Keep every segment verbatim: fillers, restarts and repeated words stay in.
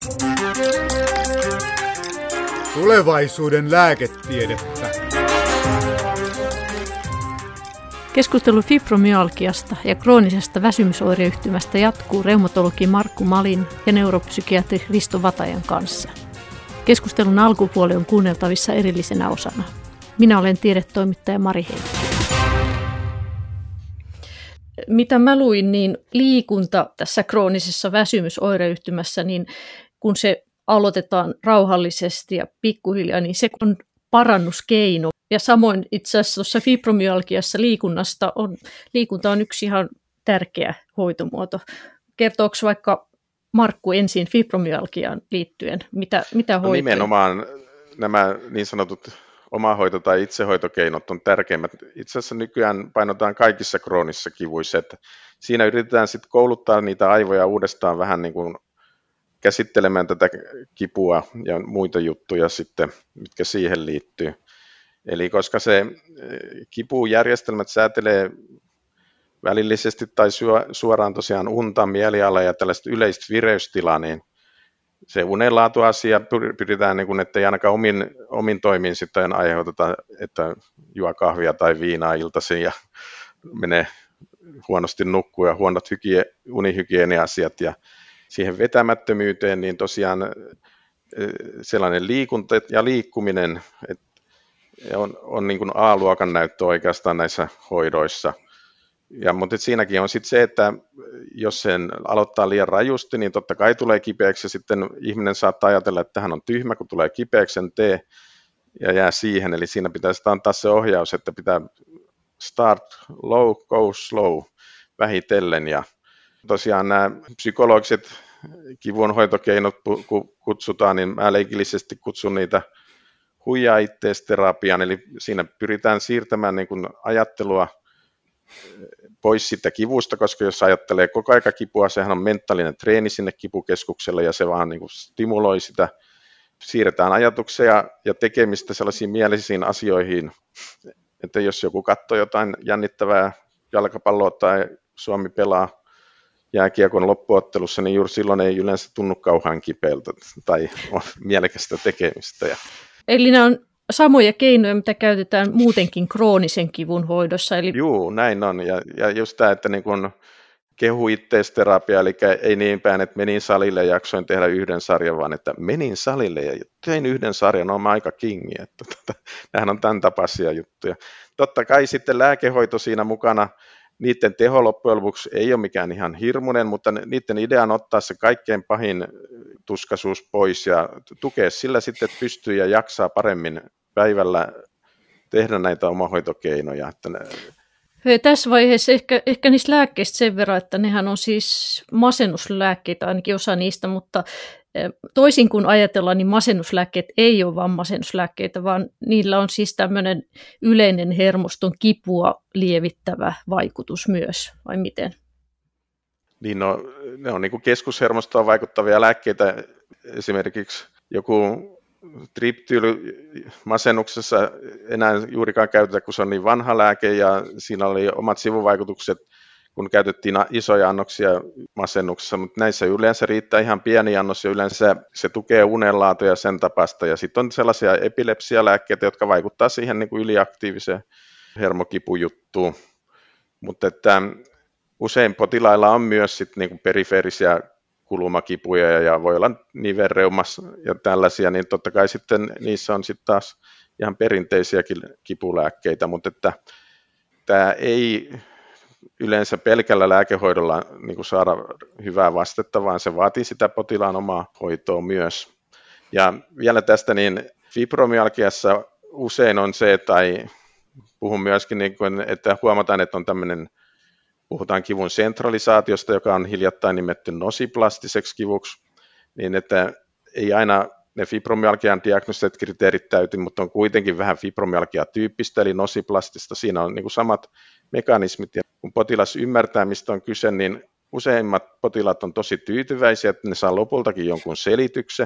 Tulevaisuuden lääketiedettä. Keskustelu fibromyalgiasta ja kroonisesta väsymysoireyhtymästä jatkuu reumatologi Markku Malin ja neuropsykiatri Risto Vatajan kanssa. Keskustelun alkupuoli on kuunneltavissa erillisenä osana. Minä olen tiedetoimittaja Mari Heikkilä. Mitä mä luin, niin liikunta tässä kroonisessa väsymysoireyhtymässä, niin kun se aloitetaan rauhallisesti ja pikkuhiljaa, niin se on parannuskeino. Ja samoin itse asiassa tuossa fibromyalgiassa liikunnasta on, liikunta on yksi ihan tärkeä hoitomuoto. Kertooko vaikka Markku ensin fibromyalgiaan liittyen, mitä, mitä hoitoja? No nimenomaan nämä niin sanotut omahoito- tai itsehoitokeinot on tärkeimmät. Itse asiassa nykyään painotaan kaikissa kroonisissa kivuissa, että siinä yritetään sitten kouluttaa niitä aivoja uudestaan vähän niin kuin käsittelemään tätä kipua ja muita juttuja sitten, mitkä siihen liittyy. Eli koska se kipujärjestelmät säätelee välillisesti tai suoraan tosiaan unta, mieliala ja tällaista yleistä vireystilaa, niin se unenlaatuasia pyritään, niin kuin, ettei ainakaan omin, omin toimin sitten aiheuteta, että juo kahvia tai viinaa iltaisin ja menee huonosti nukkuu ja huonot hygie, unihygienia-asiat ja siihen vetämättömyyteen, niin tosiaan sellainen liikunta ja liikkuminen on, on niin kuin A-luokan näyttö oikeastaan näissä hoidoissa. Ja, mutta siinäkin on sitten se, että jos sen aloittaa liian rajusti, niin totta kai tulee kipeäksi ja sitten ihminen saattaa ajatella, että hän on tyhmä, kun tulee kipeäksi, sen tee ja jää siihen. Eli siinä pitäisi antaa se ohjaus, että pitää start low, go slow vähitellen. Ja tosiaan nämä psykologiset kivunhoitokeinot kutsutaan, niin mä leikillisesti kutsun niitä huijaa ittees terapiaan, eli siinä pyritään siirtämään niin kuin ajattelua pois siitä kivusta, koska jos ajattelee koko aika kipua, sehän on mentaalinen treeni sinne kipukeskukselle ja se vaan niin kuin stimuloi sitä. Siirretään ajatuksia ja tekemistä sellaisiin mielisiin asioihin, että jos joku katsoo jotain jännittävää jalkapalloa tai Suomi pelaa jääkiekon loppuottelussa, niin juuri silloin ei yleensä tunnu kauhean kipeältä tai on mielekästä tekemistä. Eli nämä on samoja keinoja, mitä käytetään muutenkin kroonisen kivun hoidossa. Eli... Joo, näin on. Ja, ja just tämä, että niin kun kehu itteesterapia, eli ei niin päin, että menin salille ja jaksoin tehdä yhden sarjan, vaan että menin salille ja tein yhden sarjan, on aika kingi. Että, tota, nämähän on tämän tapaisia juttuja. Totta kai sitten lääkehoito siinä mukana, niiden teho loppujen lopuksi ei ole mikään ihan hirmuinen, mutta niiden idea on ottaa se kaikkein pahin tuskaisuus pois ja tukea sillä sitten, että pystyy ja jaksaa paremmin päivällä tehdä näitä omahoitokeinoja. Että ne... Hei, tässä vaiheessa ehkä, ehkä niistä lääkkeistä sen verran, että nehän on siis masennuslääkkeitä, ainakin osa niistä, mutta toisin kuin ajatellaan, niin masennuslääkkeet ei ole vain masennuslääkkeitä, vaan niillä on siis tämmöinen yleinen hermoston kipua lievittävä vaikutus myös, vai miten? Niin no, ne on niin kuin keskushermostoon vaikuttavia lääkkeitä, esimerkiksi joku triptyyli masennuksessa enää juurikaan käytetä, kun se on niin vanha lääke ja siinä oli omat sivuvaikutukset, kun käytettiin isoja annoksia masennuksessa, mutta näissä yleensä riittää ihan pieni annos ja yleensä se tukee unenlaatua ja sen tapasta. Ja sitten on sellaisia epilepsialääkkeitä, jotka vaikuttaa siihen niin kuin yliaktiiviseen hermokipujuttuun. Mutta että usein potilailla on myös sit niin kuin perifeerisiä kulumakipuja ja voi olla nivelreumas ja tällaisia, niin totta kai sitten niissä on sitten taas ihan perinteisiäkin kipulääkkeitä, mutta että tämä ei yleensä pelkällä lääkehoidolla niin kuin saada hyvää vastetta, vaan se vaatii sitä potilaan omaa hoitoa myös. Ja vielä tästä, niin fibromyalgiassa usein on se, tai puhun myöskin, niin kuin, että huomataan, että on tämmöinen, puhutaan kivun sentralisaatiosta, joka on hiljattain nimetty nosiplastiseksi kivuksi, niin että ei aina ne fibromyalgian diagnostiset kriteerit täyty, mutta on kuitenkin vähän fibromyalgia-tyyppistä, eli nosiplastista. Siinä on niin kuin samat mekanismit, ja kun potilas ymmärtää, mistä on kyse, niin useimmat potilaat on tosi tyytyväisiä, että ne saa lopultakin jonkun selityksen.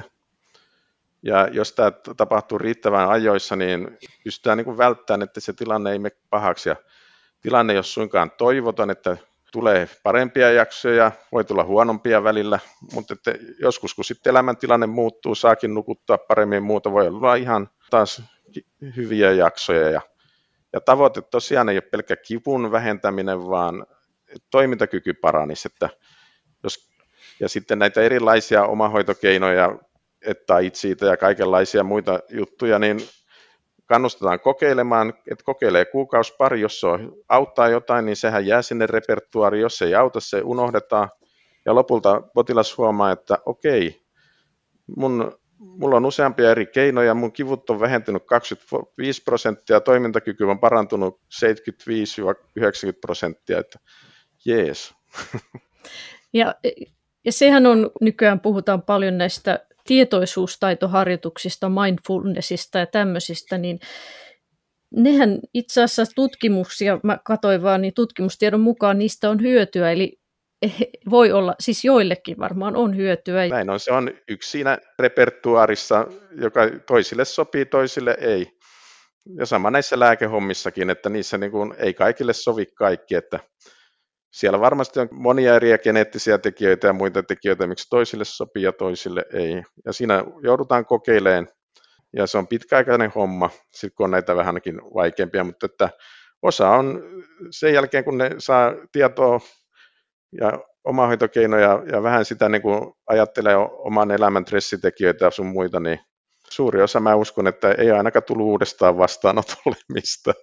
Ja jos tämä tapahtuu riittävän ajoissa, niin pystytään niin kuin välttämään, että se tilanne ei mene pahaksi. Ja tilanne, jos suinkaan toivotaan, että tulee parempia jaksoja, voi tulla huonompia välillä, mutta että joskus kun sitten elämäntilanne muuttuu, saakin nukuttaa paremmin muuta, voi olla ihan taas hyviä jaksoja. Ja, ja tavoite tosiaan ei ole pelkkä kivun vähentäminen, vaan toimintakyky paranisi. Että jos, ja sitten näitä erilaisia omahoitokeinoja, että itseitä ja kaikenlaisia muita juttuja, niin kannustetaan kokeilemaan, että kokeilee kuukausi pari, jos se auttaa jotain, niin sehän jää sinne repertuaariin, jos se ei auta, se unohdetaan, ja lopulta potilas huomaa, että okei, mun, mulla on useampia eri keinoja, mun kivut on vähentynyt kaksikymmentäviisi prosenttia, toimintakyky on parantunut seitsemänkymmentäviisi yhdeksänkymmentä prosenttia, että jees. Ja, ja sehän on, nykyään puhutaan paljon näistä tietoisuustaitoharjoituksista, mindfulnessista ja tämmöisistä, niin nehän itse asiassa tutkimuksia, mä katsoin vaan, niin tutkimustiedon mukaan niistä on hyötyä, eli voi olla, siis joillekin varmaan on hyötyä. Näin on, se on yksi siinä repertuaarissa, joka toisille sopii, toisille ei. Ja sama näissä lääkehommissakin, että niissä niin kuin ei kaikille sovi kaikki, että siellä varmasti on monia eri geneettisiä tekijöitä ja muita tekijöitä, miksi toisille sopii ja toisille ei. Ja siinä joudutaan kokeilemaan, ja se on pitkäaikainen homma, sitten kun on näitä vähänkin vaikeampia, mutta että osa on sen jälkeen, kun ne saa tietoa ja omahoitokeinoja ja vähän sitä niin kuin ajattelee oman elämän stressitekijöitä ja sun muita, niin suuri osa mä uskon, että ei ainakaan tullut uudestaan vastaanotolle mistään.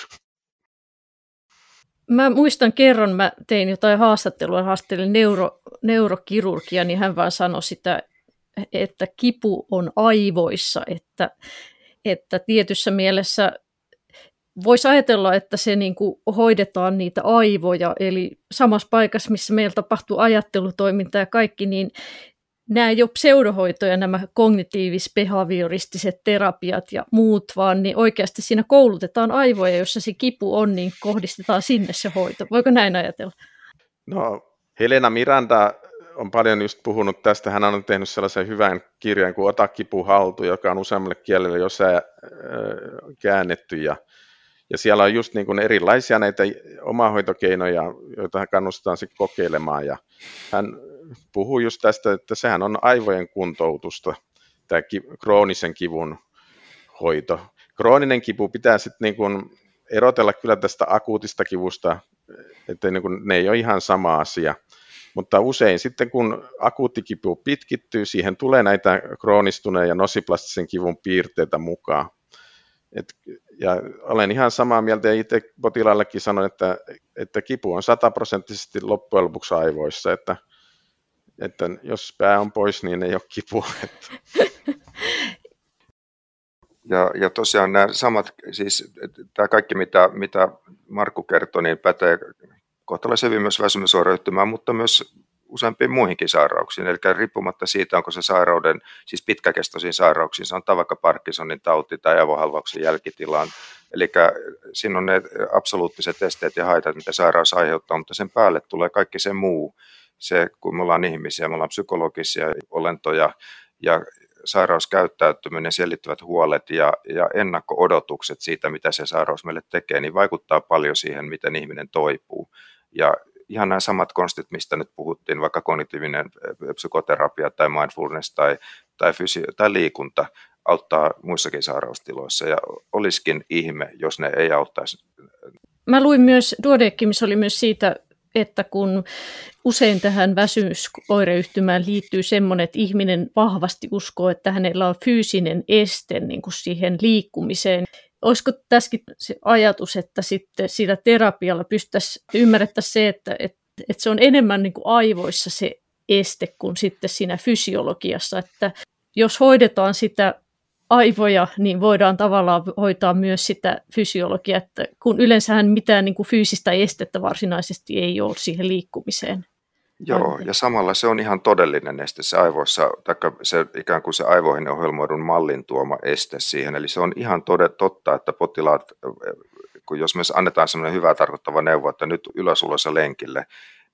Mä muistan kerran, mä tein jotain haastattelua, haastattelin neuro, neurokirurgia, niin hän vaan sanoi sitä, että kipu on aivoissa, että, että tietyssä mielessä voisi ajatella, että se niin kuin hoidetaan niitä aivoja, eli samassa paikassa, missä meillä tapahtuu ajattelutoiminta ja kaikki, niin nämä ei ole pseudohoitoja, nämä kognitiivis-behavioristiset terapiat ja muut, vaan niin oikeasti siinä koulutetaan aivoja, jossa se kipu on, niin kohdistetaan sinne se hoito. Voiko näin ajatella? No, Helena Miranda on paljon just puhunut tästä. Hän on tehnyt sellaisen hyvän kirjan kuin Ota kipu haltuun, joka on useammalle kielelle jo sää, äh, käännetty. Ja, ja siellä on just niin kuin erilaisia näitä omahoitokeinoja, joita kannustetaan sitten kokeilemaan. Ja hän puhuu just tästä, että sehän on aivojen kuntoutusta, tämä kroonisen kivun hoito. Krooninen kipu pitää sitten niin kuin erotella kyllä tästä akuutista kivusta, että niin kuin ne ei ole ihan sama asia. Mutta usein sitten kun akuutti kipu pitkittyy, siihen tulee näitä kroonistuneen ja nosiplastisen kivun piirteitä mukaan. Et, ja olen ihan samaa mieltä ja itse potilaallekin sanon, että, että kipu on sataprosenttisesti loppujen lopuksi aivoissa, että että jos pää on pois, niin ei ole kipua. Ja, ja tosiaan nämä samat, siis tämä kaikki mitä, mitä Markku kertoi, niin pätee kohtalaisen hyvin myös väsymysoireyhtymään, mutta myös useampiin muihinkin sairauksiin. Eli riippumatta siitä, onko se sairauden, siis pitkäkestoisiin sairauksiin, sanotaan vaikka Parkinsonin tauti tai aivohalvauksen jälkitilaan. Eli siinä on ne absoluuttiset esteet ja haitat, mitä sairaus aiheuttaa, mutta sen päälle tulee kaikki se muu. Se, kun me ollaan ihmisiä, me ollaan psykologisia olentoja ja sairauskäyttäytyminen, siihen liittyvät huolet ja, ja ennakko-odotukset siitä, mitä se sairaus meille tekee, niin vaikuttaa paljon siihen, miten ihminen toipuu. Ja ihan nämä samat konstit, mistä nyt puhuttiin, vaikka kognitiivinen psykoterapia tai mindfulness tai, tai, fysio- tai liikunta, auttaa muissakin sairaustiloissa ja olisikin ihme, jos ne ei auttaisi. Mä luin myös, Duodeckim oli myös siitä, että kun usein tähän väsymysoireyhtymään liittyy semmoinen, että ihminen vahvasti uskoo, että hänellä on fyysinen este niin kuin siihen liikkumiseen. Olisiko tässäkin se ajatus, että sitten sillä terapialla pystyttäisiin ymmärrettäisiin se, että, että, että se on enemmän niin kuin aivoissa se este kuin sitten siinä fysiologiassa, että jos hoidetaan sitä aivoja, niin voidaan tavallaan hoitaa myös sitä fysiologiaa, että kun yleensähän mitään niin kuin fyysistä estettä varsinaisesti ei ole siihen liikkumiseen. Joo, ja samalla se on ihan todellinen este se aivoissa, tai se ikään kuin se aivoihin ohjelmoidun mallin tuoma este siihen, eli se on ihan tode, totta, että potilaat, kun jos me annetaan sellainen hyvää tarkoittava neuvo, että nyt ylös ulos ja lenkille,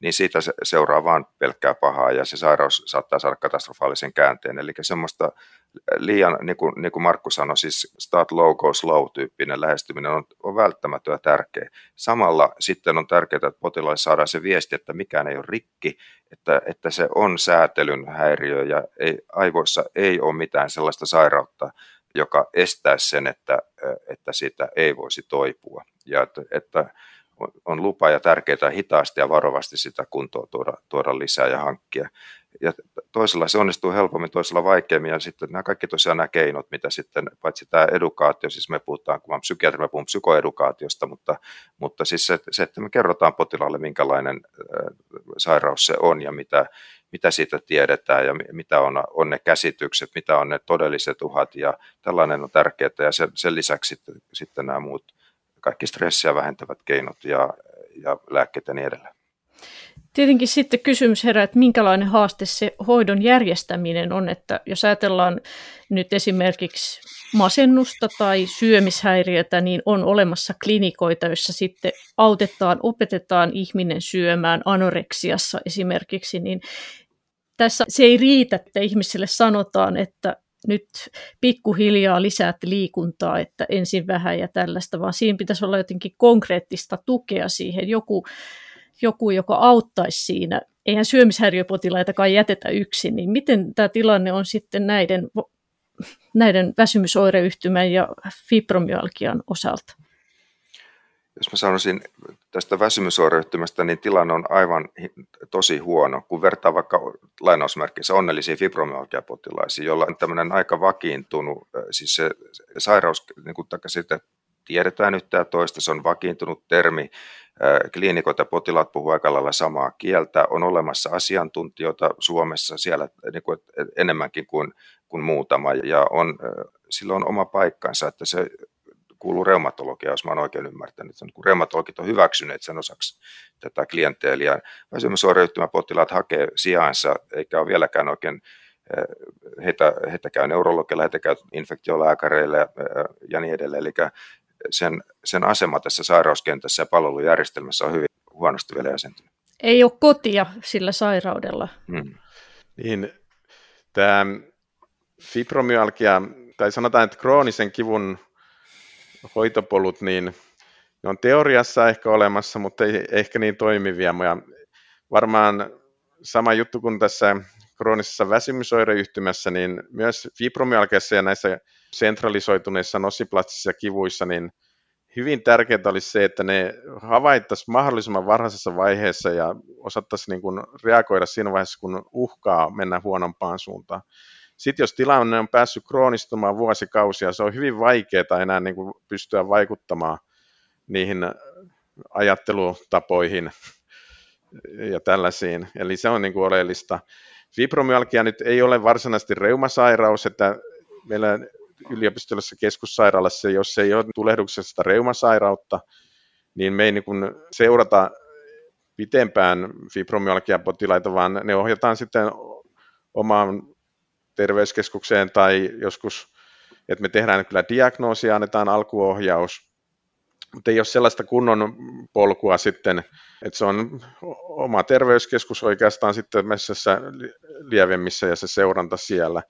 niin siitä seuraa vaan pelkkää pahaa ja se sairaus saattaa saada katastrofaalisen käänteen. Eli semmoista liian, niin kuin, niin kuin Markku sanoi, siis start low, go slow-tyyppinen lähestyminen on, on välttämätön ja tärkeä. Samalla sitten on tärkeää, että potilaalle saadaan se viesti, että mikään ei ole rikki, että, että se on säätelyn häiriö ja ei, aivoissa ei ole mitään sellaista sairautta, joka estää sen, että, että siitä ei voisi toipua. Ja että, että on lupa ja tärkeää hitaasti ja varovasti sitä kuntoa tuoda, tuoda lisää ja hankkia. Ja toisella se onnistuu helpommin, toisella vaikeammin. Ja sitten nämä kaikki tosiaan nämä keinot, mitä sitten, paitsi tämä edukaatio, siis me puhutaan, kun mä psykiatri, mä puhun psykoedukaatiosta, mutta, mutta siis se, se, että me kerrotaan potilaalle, minkälainen äh, sairaus se on ja mitä, mitä siitä tiedetään ja mitä on, on ne käsitykset, mitä on ne todelliset uhat ja tällainen on tärkeää. Ja sen, sen lisäksi sitten, sitten nämä muut kaikki stressiä vähentävät keinot ja, ja lääkkeet ja niin edelleen. Tietenkin sitten kysymys herää, että minkälainen haaste se hoidon järjestäminen on, että jos ajatellaan nyt esimerkiksi masennusta tai syömishäiriötä, niin on olemassa klinikoita, joissa sitten autetaan, opetetaan ihminen syömään anoreksiassa esimerkiksi, niin tässä se ei riitä, että ihmiselle sanotaan, että nyt pikkuhiljaa lisäät liikuntaa, että ensin vähän ja tällaista, vaan siinä pitäisi olla jotenkin konkreettista tukea siihen, joku, joku joka auttaisi siinä. Eihän syömishäiriöpotilaitakaan jätetä yksin, niin miten tämä tilanne on sitten näiden, näiden väsymysoireyhtymän ja fibromyalgian osalta? Jos mä sanoisin tästä väsymysoireyhtymästä, niin tilanne on aivan tosi huono, kun vertaa vaikka lainausmerkeissä onnellisiin fibromyalgiapotilaisiin, joilla on tämmöinen aika vakiintunut, siis se sairaus, niin kuin siitä tiedetään nyt tämä toista, se on vakiintunut termi, kliinikot ja potilaat puhuvat aika lailla samaa kieltä, on olemassa asiantuntijoita Suomessa siellä niin kuin enemmänkin kuin, kuin muutama, ja on, sillä on oma paikkansa, että se kuuluu reumatologia, jos mä oon oikein ymmärtänyt. Kun reumatologit on hyväksyneet sen osaksi tätä klienteeliä. Väsymysoireyhtymäpotilaat hakee sijaansa, eikä ole vieläkään oikein, heitä, heitä käy neurologilla, heitä käy infektiolääkäreillä ja, ja niin edelleen. Eli sen, sen asema tässä sairauskentässä ja palvelujärjestelmässä on hyvin huonosti vielä jäsentynyt. Ei ole kotia sillä sairaudella. Hmm. Niin, tämä fibromyalgia, tai sanotaan, että kroonisen kivun hoitopolut, niin ne on teoriassa ehkä olemassa, mutta ei ehkä niin toimivia. Ja varmaan sama juttu kuin tässä kroonisessa väsymysoireyhtymässä, niin myös fibromyalgiassa ja näissä sentralisoituneissa nosiplastisissa kivuissa, niin hyvin tärkeää olisi se, että ne havaittaisiin mahdollisimman varhaisessa vaiheessa ja osattaisiin niin kuin reagoida siinä vaiheessa, kun uhkaa mennä huonompaan suuntaan. Sitten jos tilanne on päässyt kroonistumaan vuosikausia, se on hyvin vaikeaa enää niin kuin pystyä vaikuttamaan niihin ajattelutapoihin ja tällaisiin. Eli se on niin kuin oleellista. Fibromyalgia nyt ei ole varsinaisesti reumasairaus, että meillä yliopistollisessa keskussairaalassa, jos ei ole tulehduksesta reumasairautta, niin me ei niin kuin seurata pitempään fibromyalgiapotilaita, vaan ne ohjataan sitten omaan terveyskeskukseen tai joskus, että me tehdään kyllä diagnoosia, annetaan alkuohjaus, mutta ei ole sellaista kunnon polkua sitten, että se on oma terveyskeskus oikeastaan sitten messissä lievemmissä ja se seuranta siellä.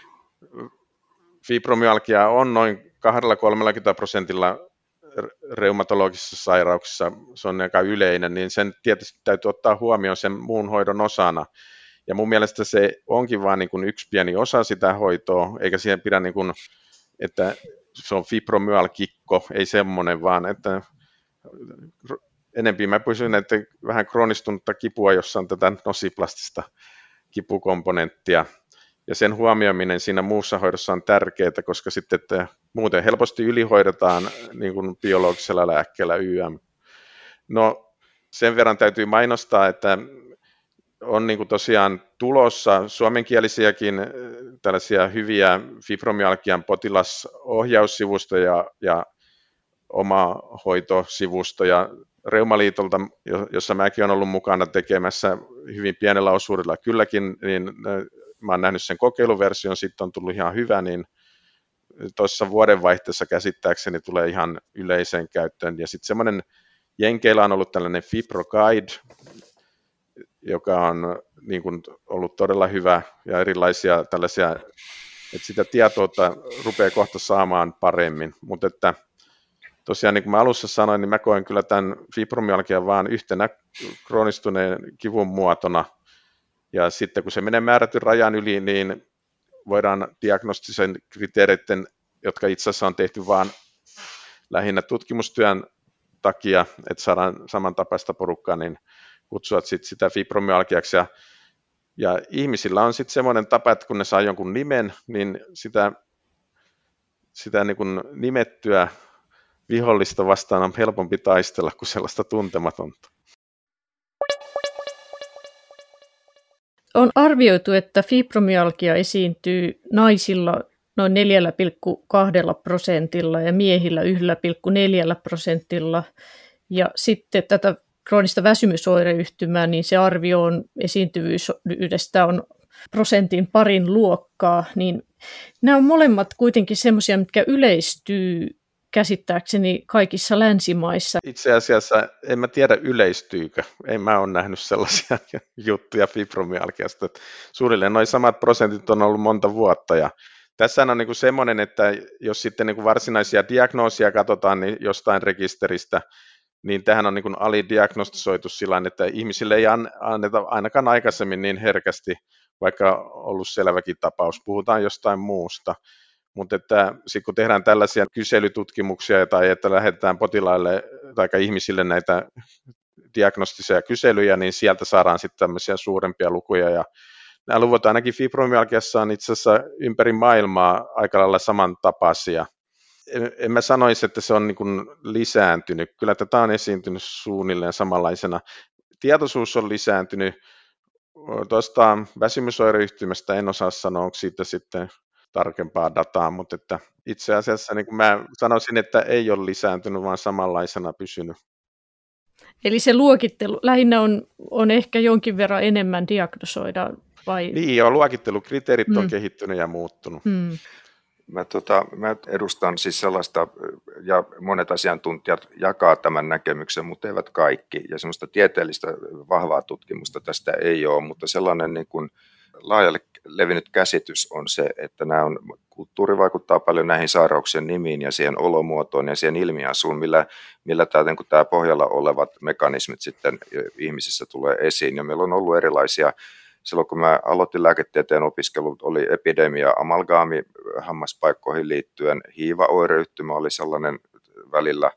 Fibromyalgia on noin kaksikymmentä kolmekymmentä prosentilla reumatologisissa sairauksissa, se on aika yleinen, niin sen tietysti täytyy ottaa huomioon sen muun hoidon osana. Ja mun mielestä se onkin vain niin kuin yksi pieni osa sitä hoitoa, eikä siihen pidä, niin kuin, että se on fibromyalgikko, ei semmoinen, vaan että enempi mä pysyn, että vähän kroonistunutta kipua, jossa on tätä nosiplastista kipukomponenttia. Ja sen huomioiminen siinä muussa hoidossa on tärkeää, koska sitten että muuten helposti ylihoidetaan niin kuin biologisella lääkkeellä Y M. No sen verran täytyy mainostaa, että on niin kuin tosiaan tulossa suomenkielisiäkin tällaisia hyviä fibromyalgian potilasohjaussivustoja ja omahoitosivustoja Reumaliitolta, jossa mäkin olen ollut mukana tekemässä hyvin pienellä osuudella kylläkin, niin mä oon nähnyt sen kokeiluversion, sitten on tullut ihan hyvä, niin tuossa vuodenvaihteessa käsittääkseni tulee ihan yleiseen käyttöön. Ja sitten semmoinen Jenkeillä on ollut tällainen FibroGuide, joka on niin kuin ollut todella hyvä ja erilaisia tällaisia, että sitä tietoutta rupeaa kohta saamaan paremmin, mutta että tosiaan niin kuin mä alussa sanoin, niin mä koen kyllä tämän fibromyalgian vaan yhtenä kroonistuneen kivun muotona, ja sitten kun se menee määrätyn rajan yli, niin voidaan diagnostisen kriteereiden, jotka itse asiassa on tehty vaan lähinnä tutkimustyön takia, että saadaan samantapaista porukkaa, niin kutsua sit sitä fibromyalgiaksi. Ja, ja ihmisillä on sitten semmoinen tapa, että kun ne saa jonkun nimen, niin sitä, sitä niin kuin nimettyä vihollista vastaan on helpompi taistella kuin sellaista tuntematonta. On arvioitu, että fibromyalgia esiintyy naisilla noin neljä pilkku kaksi prosentilla ja miehillä yksi pilkku neljä prosentilla. Ja sitten tätä kroonista väsymysoireyhtymää, niin se arvio on esiintyvyydestä on prosentin parin luokkaa. Niin nämä on molemmat kuitenkin semmoisia, mitkä yleistyy käsittääkseni kaikissa länsimaissa. Itse asiassa en mä tiedä yleistyykö. En mä ole nähnyt sellaisia juttuja fibromyalgiasta. Suunnilleen noin samat prosentit on ollut monta vuotta. Ja tässä on niin kuin semmoinen, että jos sitten niin kuin varsinaisia diagnoosia katsotaan niin jostain rekisteristä, niin tähän on niin kuin alidiagnostisoitu sillä, että ihmisille ei anneta ainakaan aikaisemmin niin herkästi, vaikka ollut selväkin tapaus. Puhutaan jostain muusta. Mutta että sit kun tehdään tällaisia kyselytutkimuksia tai että lähetetään potilaille tai ihmisille näitä diagnostisia kyselyjä, niin sieltä saadaan sitten tämmöisiä suurempia lukuja. Ja nämä luvut ainakin fibromyalgiassa on itse asiassa ympäri maailmaa aika lailla samantapaisia. En, en mä sanoisi, että se on niin kuin lisääntynyt. Kyllä tätä on esiintynyt suunnilleen samanlaisena. Tietoisuus on lisääntynyt. Tuosta väsymysoireyhtymästä en osaa sanoa, onko siitä sitten tarkempaa dataa, mutta että itse asiassa niin kuin mä sanoisin, että ei ole lisääntynyt, vaan samanlaisena pysynyt. Eli se luokittelu lähinnä on, on ehkä jonkin verran enemmän diagnosoida vai? Niin joo, luokittelukriteerit mm. on kehittynyt ja muuttunut. Mm. Mä, tota, mä edustan siis sellaista, ja monet asiantuntijat jakaa tämän näkemyksen, mutta eivät kaikki. Ja semmoista tieteellistä vahvaa tutkimusta tästä ei ole, mutta sellainen niin kuin laajalle levinnyt käsitys on se, että nämä on, kulttuuri vaikuttaa paljon näihin sairauksien nimiin ja siihen olomuotoon ja siihen ilmiasuun, millä, millä tämä, niin kuin tämä pohjalla olevat mekanismit sitten ihmisissä tulee esiin. Ja meillä on ollut erilaisia, silloin kun mä aloitin lääketieteen opiskelut, oli epidemia amalgaami hammaspaikkoihin liittyen, hiivaoireyhtymä oli sellainen välillä.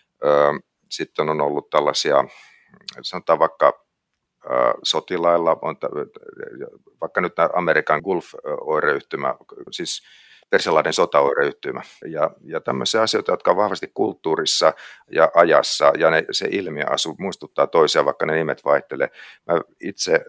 Sitten on ollut tällaisia, sanotaan vaikka sotilailla, on vaikka nyt tämä Amerikan Gulf-oireyhtymä, siis Persianlahden sotaoireyhtymä, ja, ja tämmöisiä asioita, jotka on vahvasti kulttuurissa ja ajassa, ja ne, se ilmiöasu muistuttaa toisiaan, vaikka ne nimet vaihtelee. Mä itse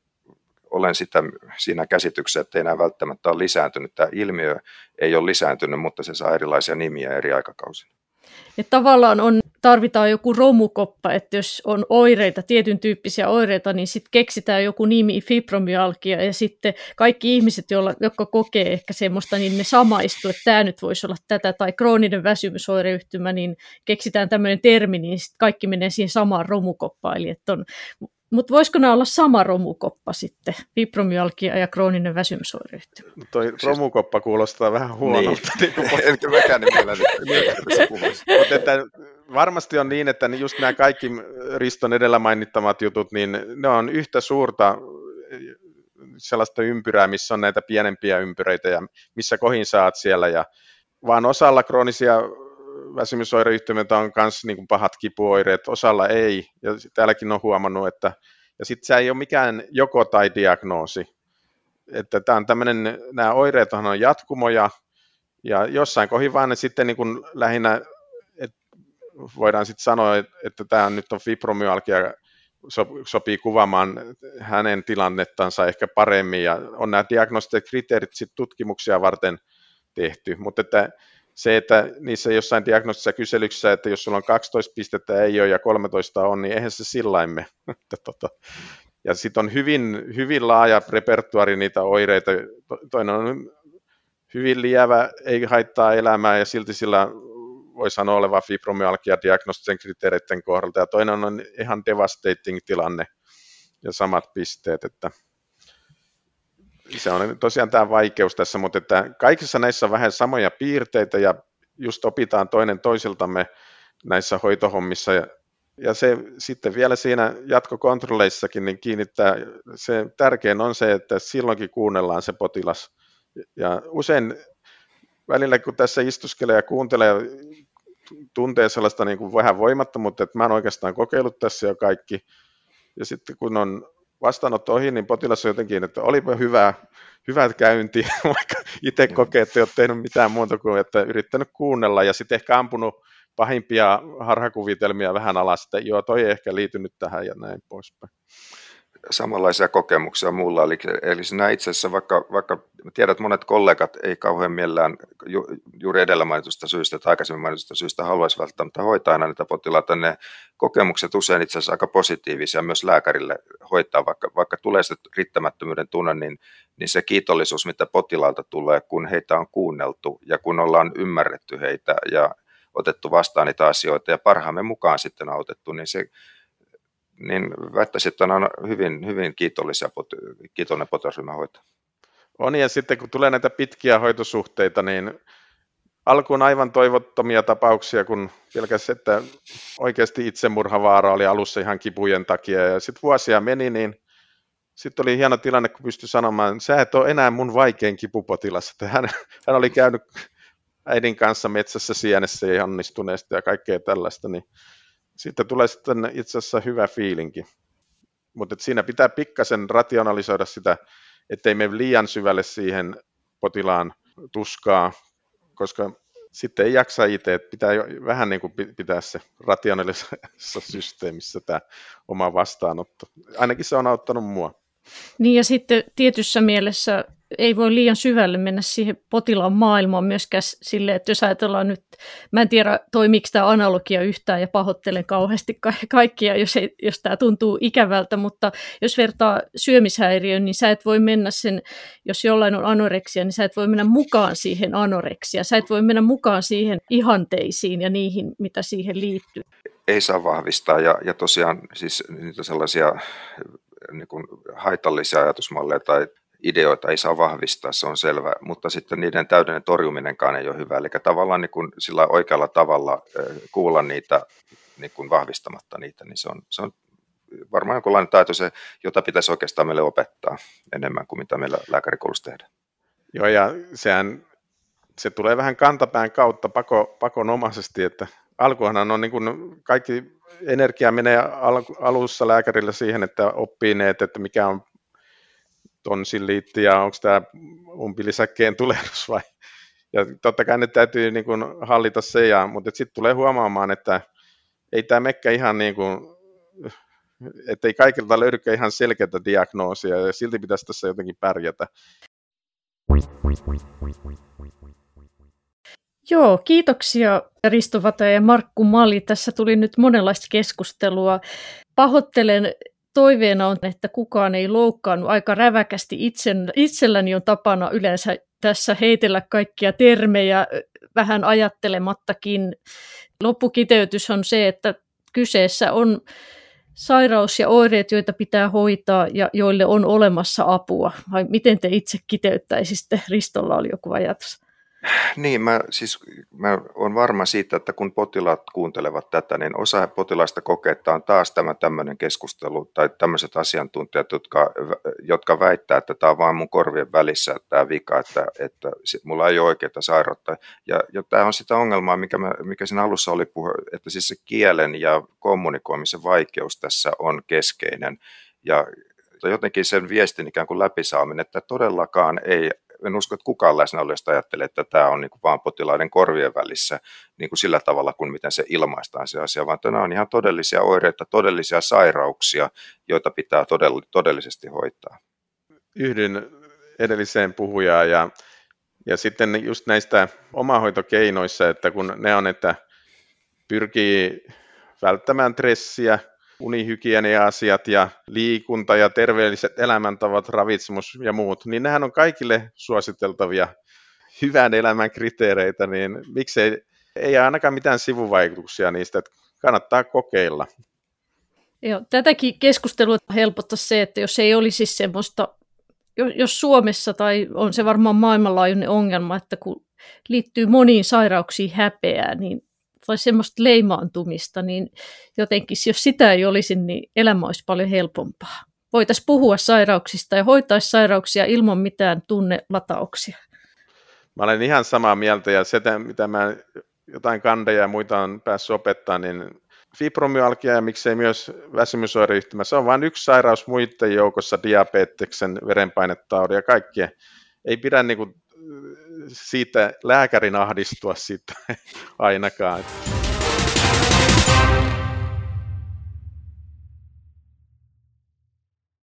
olen sitä, siinä käsityksessä, että ei enää välttämättä ole lisääntynyt. Tämä ilmiö ei ole lisääntynyt, mutta se saa erilaisia nimiä eri aikakausina. Et tavallaan on, tarvitaan joku romukoppa, että jos on oireita, tietyn tyyppisiä oireita, niin sitten keksitään joku nimi, fibromyalgia, ja sitten kaikki ihmiset, joilla, jotka kokee ehkä semmoista, niin ne samaistuu, että tämä nyt voisi olla tätä, tai krooninen väsymysoireyhtymä, niin keksitään tämmöinen termi, niin sitten kaikki menee siihen samaan romukoppaan. Eli että on, mutta voisiko nämä olla sama romukoppa sitten, fibromyalgia ja krooninen väsymysoireyhtymä? No toi romukoppa kuulostaa vähän huonolta. Niin. Enkä mäkään niin mielelläni kuvassa. Mutta että varmasti on niin, että just nämä kaikki Riston edellä mainittamat jutut, niin ne on yhtä suurta sellaista ympyrää, missä on näitä pienempiä ympyröitä ja missä kohin saat siellä. Ja vaan osalla kroonisia väsymysoireyhtymät on myös niin kuin pahat kipuoireet, osalla ei. Ja täälläkin on huomannut, että ja sitten se ei ole mikään joko tai diagnoosi. Että tämä on tämmöinen, nämä oireet on jatkumoja, ja jossain kohin vaan ne sitten niin kuin lähinnä, että voidaan sitten sanoa, että tämä nyt on fibromyalgia, sopii kuvaamaan hänen tilannettansa ehkä paremmin, ja on nämä diagnostiset kriteerit sitten tutkimuksia varten tehty, mutta että se, että niissä jossain diagnostisessa kyselyksissä, että jos sulla on kaksitoista pistettä ei ole ja kolmetoista on, niin eihän se sillain Ja sitten on hyvin, hyvin laaja repertuaari niitä oireita. Toinen on hyvin lievä, ei haittaa elämää ja silti sillä voi sanoa oleva fibromyalgia diagnostisen kriteereiden kohdalta. Ja toinen on ihan devastating tilanne. ja samat pisteet, että se on tosiaan tämä vaikeus tässä, mutta että kaikissa näissä on vähän samoja piirteitä ja just opitaan toinen toisiltamme näissä hoitohommissa ja, ja se sitten vielä siinä jatkokontrolleissakin niin kiinnittää, se tärkein on se, että silloinkin kuunnellaan se potilas ja usein välillä kun tässä istuskelee ja kuuntelee tuntee sellaista niin kuin vähän voimattomuutta, että mä oon oikeastaan kokeillut tässä jo kaikki ja sitten kun on vastaanotto ohi, niin potilas on jotenkin, että olipa hyvä, hyvä käynti, vaikka itse kokee, että ei ole tehnyt mitään muuta kuin, että yrittänyt kuunnella ja sitten ehkä ampunut pahimpia harhakuvitelmia vähän alas, että joo, toi ei ehkä liitynyt tähän ja näin poispäin. Samanlaisia kokemuksia mulla, eli, eli sinä itse asiassa, vaikka, vaikka tiedät, että monet kollegat ei kauhean mielellään ju, juuri edellä mainitusta syystä tai aikaisemmin mainitusta syystä haluaisi välttämättä hoitaa aina näitä potilaita, ne kokemukset usein itse asiassa aika positiivisia myös lääkärille hoitaa, vaikka, vaikka tulee se riittämättömyyden tunne, niin, niin se kiitollisuus, mitä potilaalta tulee, kun heitä on kuunneltu ja kun ollaan ymmärretty heitä ja otettu vastaan niitä asioita ja parhaamme mukaan sitten autettu, niin se niin väittäisin, että on hyvin, hyvin kiitollisia, kiitollinen potilasryhmä hoitaa. On, ja sitten kun tulee näitä pitkiä hoitosuhteita, niin alkuun aivan toivottomia tapauksia, kun pelkästään, että oikeasti itsemurhavaara oli alussa ihan kipujen takia, ja sitten vuosia meni, niin sitten oli hieno tilanne, kun pystyi sanomaan, sä et ole enää mun vaikein kipupotilas, että hän, hän oli käynyt äidin kanssa metsässä sienessä ja onnistuneesti ja kaikkea tällaista, niin sitten tulee sitten itse asiassa hyvä fiilinki, mutta siinä pitää pikkasen rationalisoida sitä, ettei mene liian syvälle siihen potilaan tuskaa, koska sitten ei jaksa itse, että pitää jo vähän niin kuin pitää se rationaalisessa systeemissä tämä oma vastaanotto. Ainakin se on auttanut mua. Niin ja sitten tietyssä mielessä ei voi liian syvälle mennä siihen potilaan maailmaan myöskään silleen, että jos ajatellaan nyt, mä en tiedä toimiiko tämä analogia yhtään ja pahoittelen kauheasti ka- kaikkia, jos, ei, jos tämä tuntuu ikävältä, mutta jos vertaa syömishäiriöön, niin sä et voi mennä sen, jos jollain on anoreksia, niin sä et voi mennä mukaan siihen anoreksiaan, sä et voi mennä mukaan siihen ihanteisiin ja niihin, mitä siihen liittyy. Ei saa vahvistaa ja, ja tosiaan siis niitä sellaisia niin kuin haitallisia ajatusmalleja tai ideoita ei saa vahvistaa, se on selvä, mutta sitten niiden täydellinen torjuminenkaan ei ole hyvä. Eli tavallaan niin kuin sillä oikealla tavalla kuulla niitä niin kuin vahvistamatta niitä, niin se on, se on varmaan jonkinlainen taito, se, jota pitäisi oikeastaan meille opettaa enemmän kuin mitä meillä lääkärikoulussa tehdään. Joo, ja sehän, se tulee vähän kantapään kautta pako, pakonomaisesti, että alkuunhan on niin kuin kaikki energia menee al, alussa lääkärillä siihen, että oppii ne, että mikä on tonsilliitti ja onko tämä umpilisäkkeen tulehdus vai. Ja totta kai ne täytyy niin kuin hallita se, ja, mutta sitten tulee huomaamaan, että ei tämä mekkä ihan niin kuin, että ei kaikilta löydykään ihan selkeää diagnoosia ja silti pitäisi tässä jotenkin pärjätä. Joo, kiitoksia Risto Vataja ja Markku Mali. Tässä tuli nyt monenlaista keskustelua. Pahoittelen, toiveena on, että kukaan ei loukkaannut aika räväkästi. Itsen, itselläni on tapana yleensä tässä heitellä kaikkia termejä vähän ajattelemattakin. Loppukiteytys on se, että kyseessä on sairaus ja oireet, joita pitää hoitaa ja joille on olemassa apua. Vai miten te itse kiteyttäisitte? Ristolla oli joku ajatus. Niin, mä, siis, mä olen varma siitä, että kun potilaat kuuntelevat tätä, niin osa potilaista kokee, että on taas tämä tämmöinen keskustelu tai tämmöiset asiantuntijat, jotka, jotka väittää, että tämä on vaan mun korvien välissä tämä vika, että, että mulla ei ole oikeaa sairautta. Ja, ja tämä on sitä ongelmaa, mikä, mä, mikä siinä alussa oli puhe, että siis se kielen ja kommunikoimisen vaikeus tässä on keskeinen. Ja jotenkin sen viestin ikään kuin läpisaaminen, että todellakaan ei, en usko, että kukaan läsnäolijoista ajattelee, että tämä on niin kuin vaan potilaiden korvien välissä niin kuin sillä tavalla kuin miten se ilmaistaan se asia, vaan nämä on ihan todellisia oireita, todellisia sairauksia, joita pitää todell- todellisesti hoitaa. Yhdyn edelliseen puhujaan ja, ja sitten just näistä omahoitokeinoissa, että kun ne on, että pyrkii välttämään stressiä, unihygienia-asiat ja liikunta ja terveelliset elämäntavat, ravitsemus ja muut, niin nehän on kaikille suositeltavia hyvän elämän kriteereitä, niin miksei, ei ainakaan mitään sivuvaikutuksia niistä, että kannattaa kokeilla. Joo, tätäkin keskustelua helpottaisi se, että jos ei olisi semmoista, jos Suomessa, tai on se varmaan maailmanlaajuinen ongelma, että kun liittyy moniin sairauksiin häpeää, niin, tai semmoista leimaantumista, niin jotenkin jos sitä ei olisi, niin elämä olisi paljon helpompaa. Voitaisiin puhua sairauksista ja hoitaisi sairauksia ilman mitään tunnelatauksia. Mä olen ihan samaa mieltä, ja se, mitä mä jotain kandeja ja muita on päässyt opettaa, niin fibromyalgia ja miksei myös väsymysoireyhtymä, se on vain yksi sairaus muiden joukossa, diabeteksen, verenpainetaudin ja kaikkea. Ei pidä niinku siitä lääkärin ahdistua siitä ainakaan.